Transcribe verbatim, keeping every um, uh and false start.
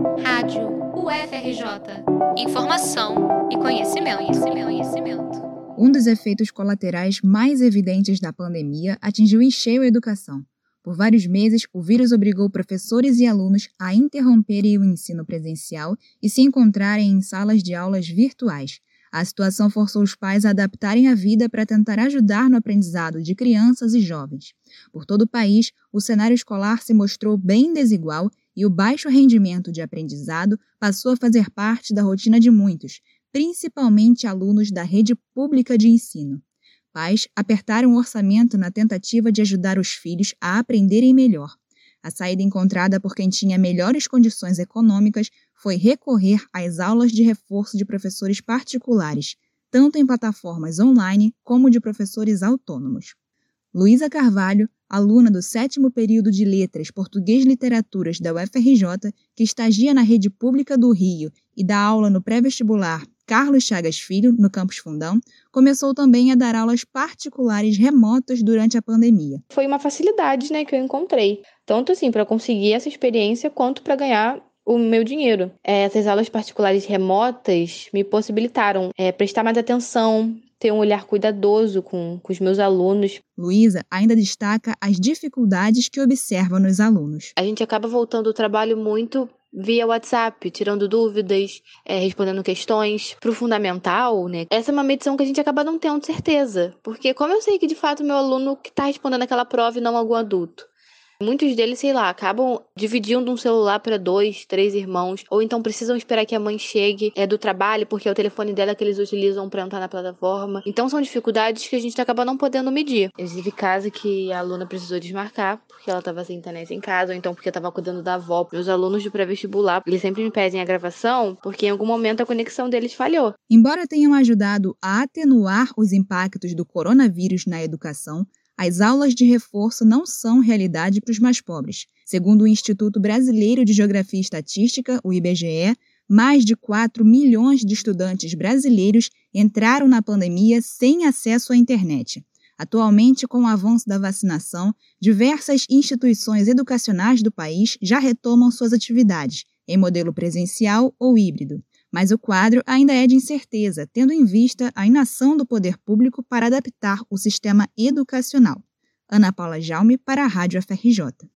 Rádio U F R J. Informação e conhecimento, conhecimento, conhecimento. Um dos efeitos colaterais mais evidentes da pandemia atingiu em cheio a educação. Por vários meses, o vírus obrigou professores e alunos a interromperem o ensino presencial e se encontrarem em salas de aulas virtuais. A situação forçou os pais a adaptarem a vida para tentar ajudar no aprendizado de crianças e jovens. Por todo o país, o cenário escolar se mostrou bem desigual e o baixo rendimento de aprendizado passou a fazer parte da rotina de muitos, principalmente alunos da rede pública de ensino. Pais apertaram o orçamento na tentativa de ajudar os filhos a aprenderem melhor. A saída encontrada por quem tinha melhores condições econômicas foi recorrer às aulas de reforço de professores particulares, tanto em plataformas online como de professores autônomos. Luísa Carvalho, aluna do sétimo período de Letras Português e Literaturas da U F R J, que estagia na rede pública do Rio e dá aula no pré-vestibular Carlos Chagas Filho, no Campus Fundão, começou também a dar aulas particulares remotas durante a pandemia. Foi uma facilidade, né, que eu encontrei, tanto assim para conseguir essa experiência quanto para ganhar o meu dinheiro. É, essas aulas particulares remotas me possibilitaram é, prestar mais atenção, ter um olhar cuidadoso com, com os meus alunos. Luísa ainda destaca as dificuldades que observa nos alunos. A gente acaba voltando ao trabalho muito via WhatsApp, tirando dúvidas, é, respondendo questões. Pro fundamental, né? Essa é uma medição que a gente acaba não tendo certeza. Porque como eu sei que, de fato, o meu aluno que tá respondendo aquela prova e não algum adulto? Muitos deles, sei lá, acabam dividindo um celular para dois, três irmãos, ou então precisam esperar que a mãe chegue é, do trabalho, porque é o telefone dela que eles utilizam para entrar na plataforma. Então são dificuldades que a gente acaba não podendo medir. Eu tive caso que a aluna precisou desmarcar, porque ela estava sem internet em casa, ou então porque estava cuidando da avó. Meus alunos de pré-vestibular, eles sempre me pedem a gravação, porque em algum momento a conexão deles falhou. Embora tenham ajudado a atenuar os impactos do coronavírus na educação, as aulas de reforço não são realidade para os mais pobres. Segundo o Instituto Brasileiro de Geografia e Estatística, o I B G E, mais de quatro milhões de estudantes brasileiros entraram na pandemia sem acesso à internet. Atualmente, com o avanço da vacinação, diversas instituições educacionais do país já retomam suas atividades, em modelo presencial ou híbrido. Mas o quadro ainda é de incerteza, tendo em vista a inação do poder público para adaptar o sistema educacional. Ana Paula Jaume, para a Rádio F R J.